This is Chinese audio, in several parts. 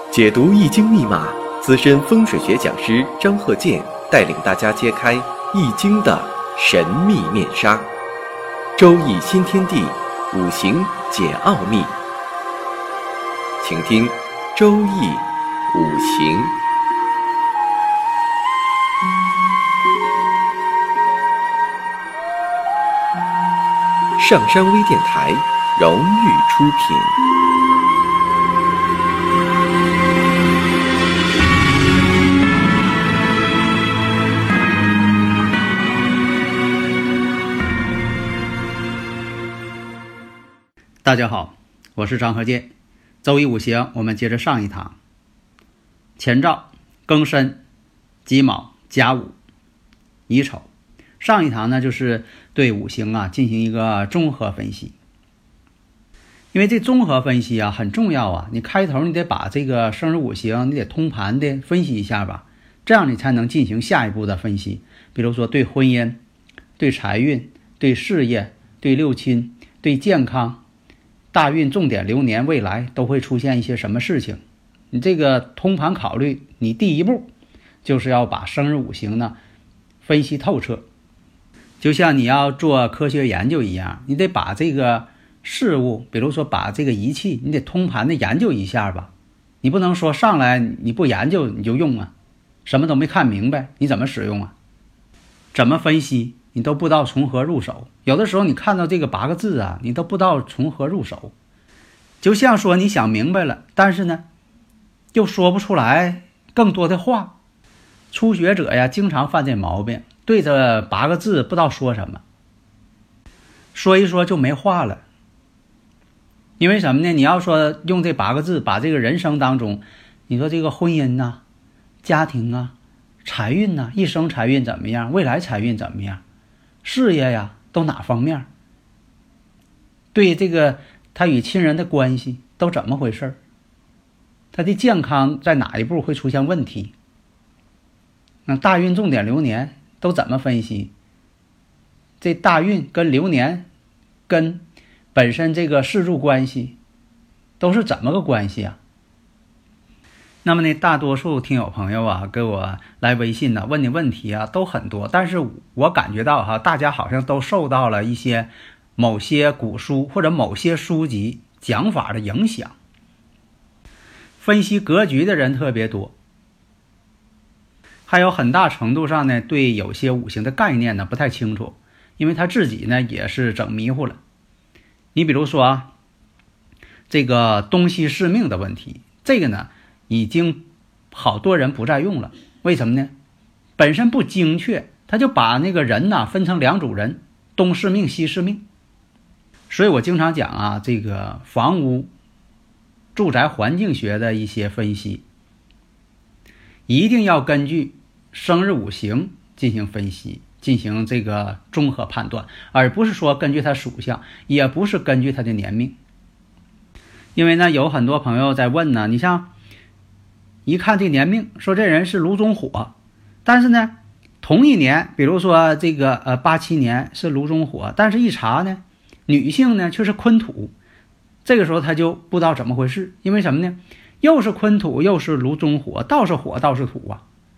解读易经密码，资深风水学讲师张鹤剑带领大家揭开易经的神秘面纱。周易新天地，五行解奥秘。请听周易五行。上山微电台荣誉出品。 大家好，我是张鹤剑。周易五行，我们接着上一堂。前兆、庚申、己卯、甲午、乙丑。上一堂呢，就是对五行进行一个综合分析。因为这综合分析很重要啊，你开头你得把这个生日五行你得通盘的分析一下吧，这样你才能进行下一步的分析。比如说对婚姻、对财运、对事业、对六亲、对健康、大运、重点流年未来都会出现一些什么事情，你这个通盘考虑，你第一步就是要把生日五行分析透彻。就像你要做科学研究一样，你得把这个事物，比如说把这个仪器，你得通盘的研究一下吧。你不能说上来你不研究你就用啊，什么都没看明白，你怎么使用啊？怎么分析你都不知道从何入手。有的时候你看到这个8个字你都不知道从何入手。就像说你想明白了，但是呢又说不出来更多的话。初学者经常犯这毛病，对着8个字不知道说什么，说一说就没话了。因为什么呢？你要说用这8个字把这个人生当中，你说这个婚姻家庭财运一生财运怎么样，未来财运怎么样，事业都哪方面，对这个他与亲人的关系都怎么回事，他的健康在哪一步会出现问题，那大运重点流年都怎么分析，这大运跟流年跟本身这个世柱关系都是怎么个关系那么呢，大多数听友朋友给我来微信问的问题都很多，但是我感觉到大家好像都受到了一些某些古书或者某些书籍讲法的影响，分析格局的人特别多，还有很大程度上呢对有些五行的概念不太清楚，因为他自己也是整迷糊了。你比如说这个东西四命的问题，这个已经好多人不再用了。为什么呢？本身不精确，他就把那个人分成2组人，东四命西四命。所以我经常讲这个房屋住宅环境学的一些分析一定要根据生日五行进行分析，进行这个综合判断，而不是说根据它属相，也不是根据它的年命。因为有很多朋友在问你像一看这年命，说这人是炉中火，但是呢同一年，比如说这个87年是炉中火，但是一查呢女性却是坤土，这个时候他就不知道怎么回事。因为什么呢？又是坤土又是炉中火，倒是火倒是土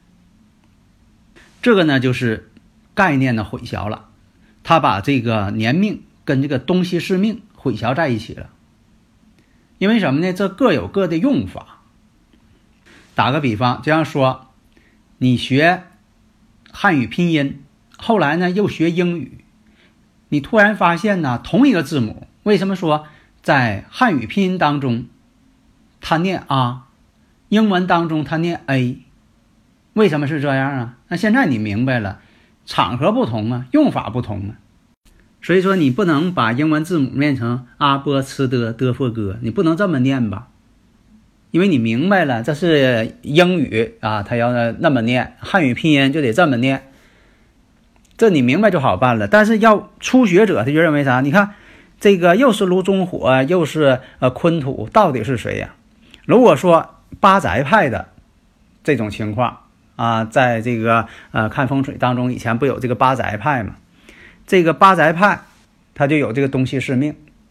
这个就是概念的混淆了，他把这个年命跟这个东西四命混淆在一起了。因为什么呢？这各有各的用法。打个比方，这样说，你学汉语拼音，后来又学英语，你突然发现同一个字母，为什么说在汉语拼音当中它念啊，英文当中它念 A， 为什么是这样那现在你明白了，场合不同用法不同所以说你不能把英文字母念成阿波茨的德佛哥，你不能这么念吧，因为你明白了这是英语它要那么念，汉语拼音就得这么念，这你明白就好办了。但是要初学者他就认为啥？你看这个又是炉中火又是坤土，到底是谁呀？如果说八宅派的这种情况在这个看风水当中，以前不有这个八宅派吗？这个八宅派它就有这个东西四命，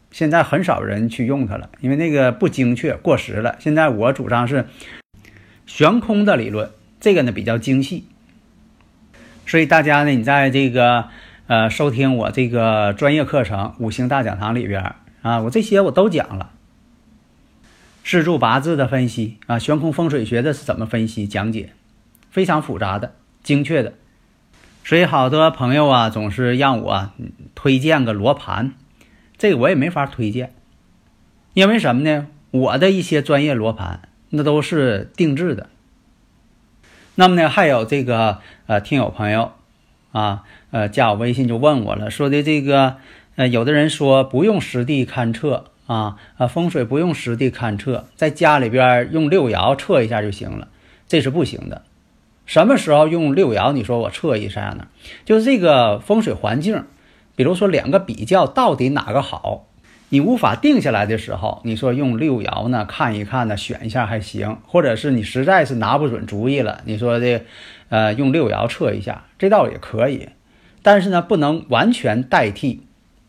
现在很少人去用它了，因为那个不精确，过时了。现在我主张是悬空的理论，这个呢比较精细。所以大家呢，你在这个收听我这个专业课程五行大讲堂里边啊，我这些我都讲了。四柱八字的分析啊，悬空风水学的是怎么分析讲解，非常复杂的、精确的。所以好多朋友啊，总是让我推荐个罗盘，这个我也没法推荐，因为什么呢？我的一些专业罗盘那都是定制的。那么呢，还有这个听友朋友啊，加我微信就问我了，说的这个有的人说不用实地勘测风水不用实地勘测，在家里边用六爻测一下就行了，这是不行的。什么时候用六爻？你说我测一下呢？就是这个风水环境，比如说两个比较，到底哪个好，你无法定下来的时候，你说用六爻呢看一看呢，选一下还行，或者是你实在是拿不准主意了，你说这用六爻测一下，这倒也可以，但是呢不能完全代替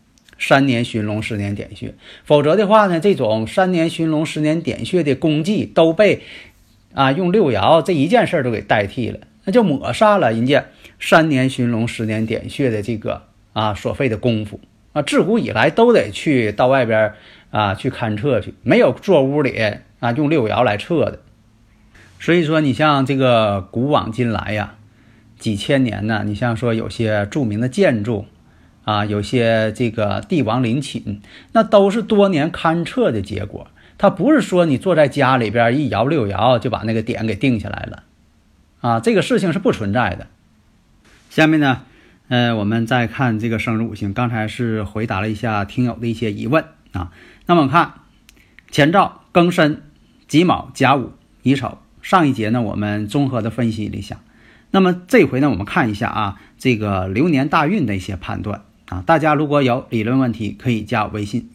3年寻龙10年点穴，否则的话呢，这种3年寻龙10年点穴的功绩都被用六爻这一件事都给代替了，那就抹杀了人家3年寻龙10年点穴的这个所费的功夫自古以来都得去到外边去勘测去，没有坐屋里用六爻来测的。所以说你像这个古往今来呀，几千年呢，你像说有些著名的建筑有些这个帝王陵寝，那都是多年勘测的结果，它不是说你坐在家里边一爻六爻就把那个点给定下来了这个事情是不存在的。下面呢我们再看这个生日五行，刚才是回答了一下听友的一些疑问那么看乾兆、庚申、己卯、甲午、乙丑，上一节呢我们综合的分析了一下。那么这回呢我们看一下这个流年大运的一些判断大家如果有理论问题可以加我微信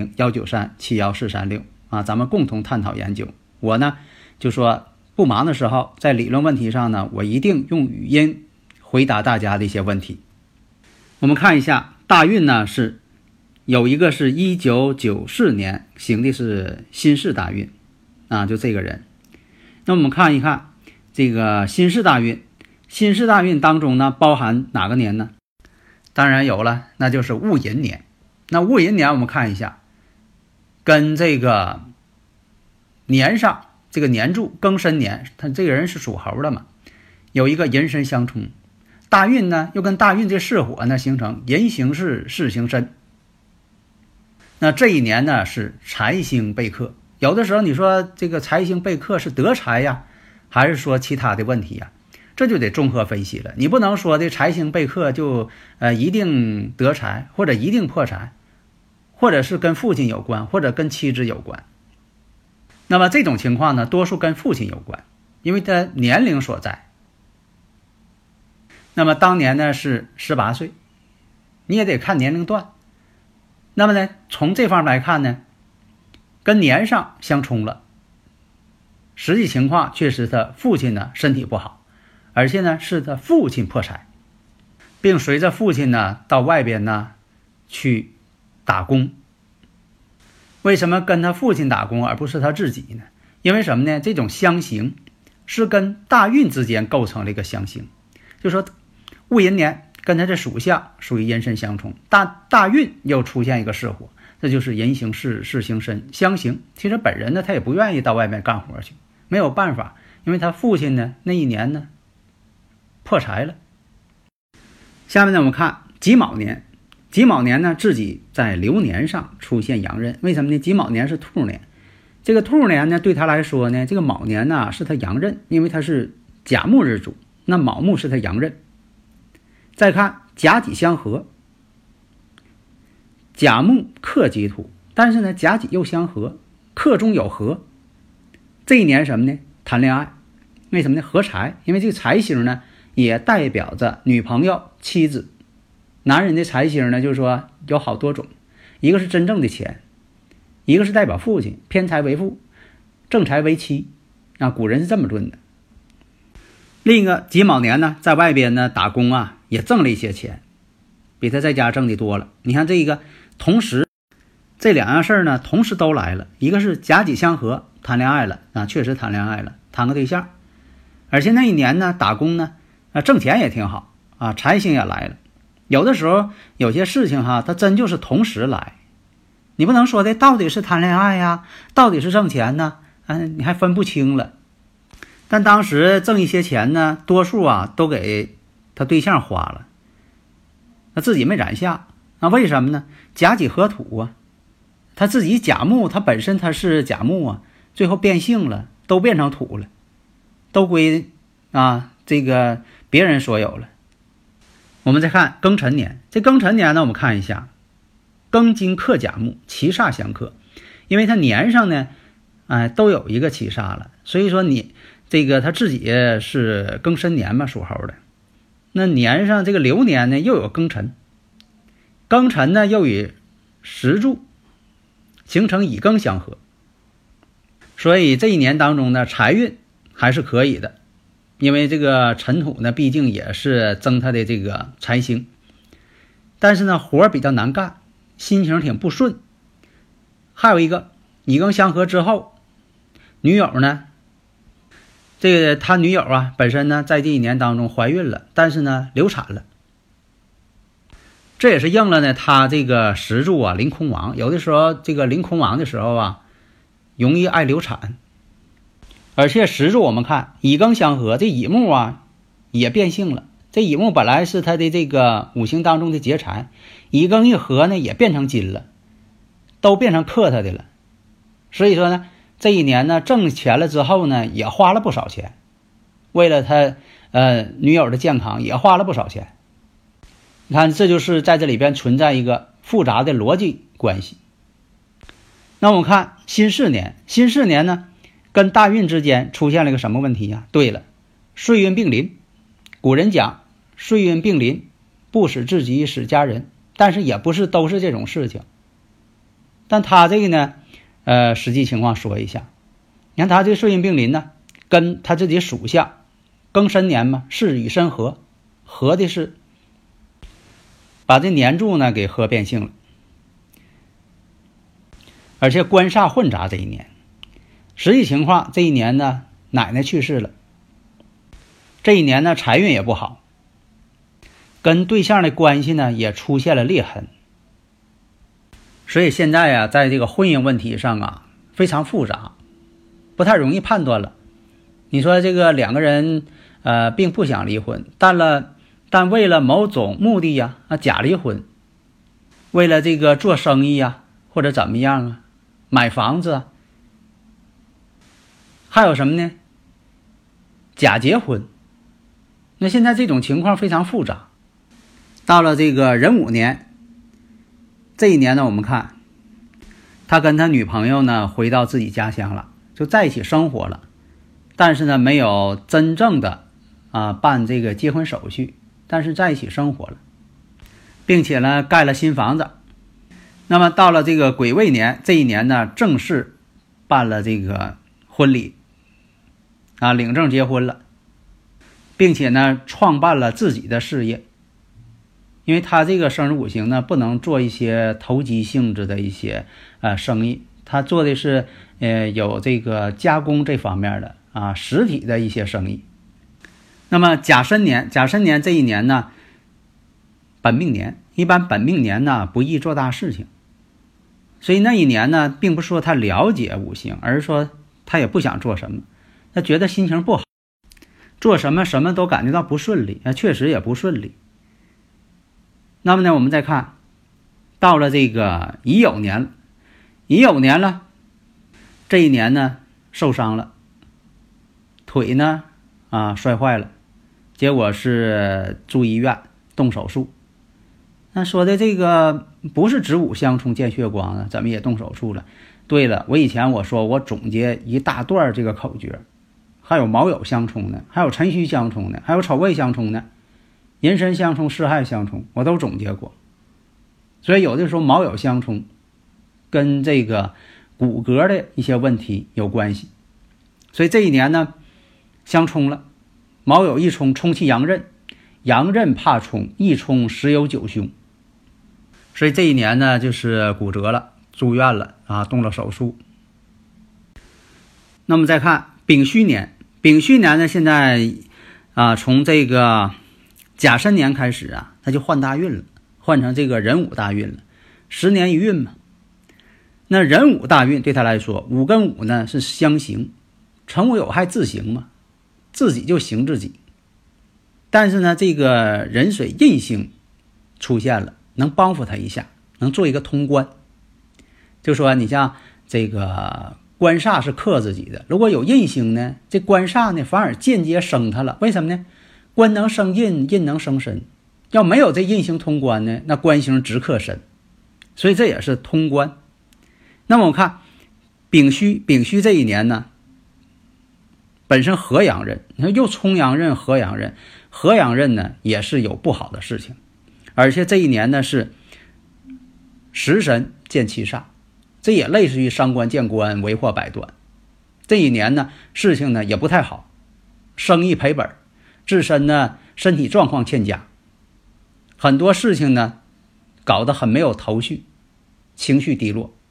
130-193-71436咱们共同探讨研究。我呢就说不忙的时候，在理论问题上呢，我一定用语音回答大家的一些问题。我们看一下大运呢，是有一个是1994年行的是辛巳大运就这个人。那我们看一看这个辛巳大运，辛巳大运当中呢包含哪个年呢？当然有了，那就是戊寅年。那戊寅年我们看一下，跟这个年上这个年柱庚申年，他这个人是属猴的嘛，有一个寅申相冲，大运呢又跟大运这巳火呢形成寅行巳，巳行申。那这一年呢是财星被克，有的时候你说这个财星被克是得财呀，还是说其他的问题呀？这就得综合分析了。你不能说的财星被克就一定得财，或者一定破财，或者是跟父亲有关，或者跟妻子有关。那么这种情况呢，多数跟父亲有关，因为他年龄所在。那么当年呢是18岁，你也得看年龄段。那么呢，从这方面来看呢，跟年上相冲了。实际情况确实他父亲呢身体不好，而且呢是他父亲破财，并随着父亲呢到外边呢去打工。为什么跟他父亲打工而不是他自己呢？因为什么呢？这种相刑是跟大运之间构成了一个相刑，就是说戊寅年跟他的属相属于寅申相冲，大运又出现一个巳火，这就是寅行巳，巳行申相刑。其实本人呢他也不愿意到外面干活去，没有办法，因为他父亲呢那一年呢破财了。下面呢我们看己卯年，己卯年呢自己在流年上出现阳刃，为什么呢？己卯年是兔年，这个兔年呢对他来说呢，这个卯年呢是他阳刃，因为他是甲木日主，那卯木是他阳刃。再看甲己相合，甲木克己土，但是呢甲己又相合，克中有合。这一年什么呢？谈恋爱。为什么呢？合财，因为这个财星呢也代表着女朋友、妻子。男人的财星呢就是说有好多种，一个是真正的钱，一个是代表父亲，偏财为父，正财为妻古人是这么论的。另一个己卯年呢在外边呢打工也挣了一些钱，比他在家挣的多了。你看这个同时这两样事儿呢同时都来了，一个是甲己相合，谈恋爱了啊，确实谈恋爱了，谈个对象，而且那一年呢打工呢挣钱也挺好啊，财星也来了。有的时候有些事情它真就是同时来，你不能说的到底是谈恋爱呀，到底是挣钱呢，你还分不清了。但当时挣一些钱呢，多数都给他对象花了，他自己没攒下。那为什么呢？甲己合土啊，他自己甲木，他本身他是甲木啊，最后变性了，都变成土了，都归这个别人所有了。我们再看庚辰年，这庚辰年呢，我们看一下，庚金克甲木，七煞相克，因为他年上呢都有一个七煞了，所以说你这个他自己是庚申年嘛，属猴的，那年上这个流年呢又有庚辰，庚辰呢又与时柱形成乙庚相合，所以这一年当中呢财运还是可以的，因为这个辰土呢毕竟也是增他的这个财星，但是呢活比较难干，心情挺不顺。还有一个乙庚相合之后，女友呢这个他女友本身呢在这一年当中怀孕了，但是呢流产了，这也是应了呢他这个时柱临空亡，有的时候这个临空亡的时候容易爱流产。而且时柱我们看乙庚相合，这乙木也变性了，这乙木本来是他的这个五行当中的劫财，乙庚一合呢也变成金了，都变成克他的了。所以说呢这一年呢挣钱了之后呢也花了不少钱，为了他女友的健康也花了不少钱。你看这就是在这里边存在一个复杂的逻辑关系。那我们看辛巳年，辛巳年呢跟大运之间出现了一个什么问题呀？对了，岁运并临。古人讲岁运并临，不使自己使家人，但是也不是都是这种事情。但他这个呢实际情况说一下，你看他这个岁运并临呢跟他自己属相庚申年嘛，是与申合，合的是把这年柱呢给合变性了，而且官煞混杂这一年。实际情况这一年呢奶奶去世了，这一年呢财运也不好，跟对象的关系呢也出现了裂痕。所以现在在这个婚姻问题上非常复杂，不太容易判断了。你说这个两个人并不想离婚，但为了某种目的假离婚，为了这个做生意或者怎么样买房子还有什么呢？假结婚。那现在这种情况非常复杂。到了这个壬午年，这一年呢我们看他跟他女朋友呢回到自己家乡了，就在一起生活了，但是呢没有真正的办这个结婚手续，但是在一起生活了，并且呢盖了新房子。那么到了这个癸未年，这一年呢正式办了这个婚礼领证结婚了，并且呢创办了自己的事业。因为他这个生日五行呢不能做一些投机性质的一些生意，他做的是有这个加工这方面的实体的一些生意。那么甲申年这一年呢本命年，一般本命年呢不易做大事情，所以那一年呢并不是说他了解五行，而是说他也不想做什么，他觉得心情不好，做什么都感觉到不顺利，确实也不顺利。那么呢我们再看到了这个乙酉年了，这一年呢受伤了，腿呢摔坏了，结果是住医院动手术。那说的这个不是子午相冲见血光怎么也动手术了？对了，我以前我说我总结一大段这个口诀，还有卯酉相冲呢，还有辰戌相冲呢，还有丑未相冲呢，寅申相冲，巳亥相冲，我都总结过。所以有的时候卯酉相冲跟这个骨骼的一些问题有关系。所以这一年呢相冲了，卯酉一冲，冲其阳刃，阳刃怕冲，一冲时有九凶。所以这一年呢就是骨折了， 住院了啊，动了手术。那么再看丙戌年，丙戌年呢，现在从这个甲申年开始啊，它就换大运了，换成这个壬午大运了，10年一运嘛。那壬午大运对他来说，午跟午呢是相刑，辰午有害自刑嘛，自己就刑自己。但是呢，这个壬水印星出现了，能帮扶他一下，能做一个通关。就说你像这个官煞是克自己的，如果有印星呢，这官煞呢反而间接生他了。为什么呢？官能生印，印能生身。要没有这印星通关呢，那官星直克身，所以这也是通关。那么我看丙戌这一年呢，本身合阳刃，你看又冲阳刃合阳刃，合阳刃呢也是有不好的事情，而且这一年呢是食神见七煞，这也类似于伤官见官，为祸百端。这一年呢事情呢也不太好，生意赔本，自身呢身体状况欠佳，很多事情呢搞得很没有头绪，情绪低落。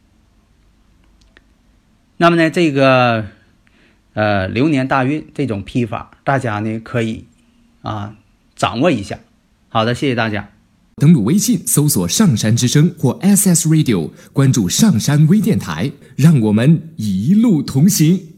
那么呢这个流年大运这种批法，大家呢可以掌握一下。好的，谢谢大家。 登录微信搜索上山之声或 SS Radio， 关注上山微电台，让我们一路同行。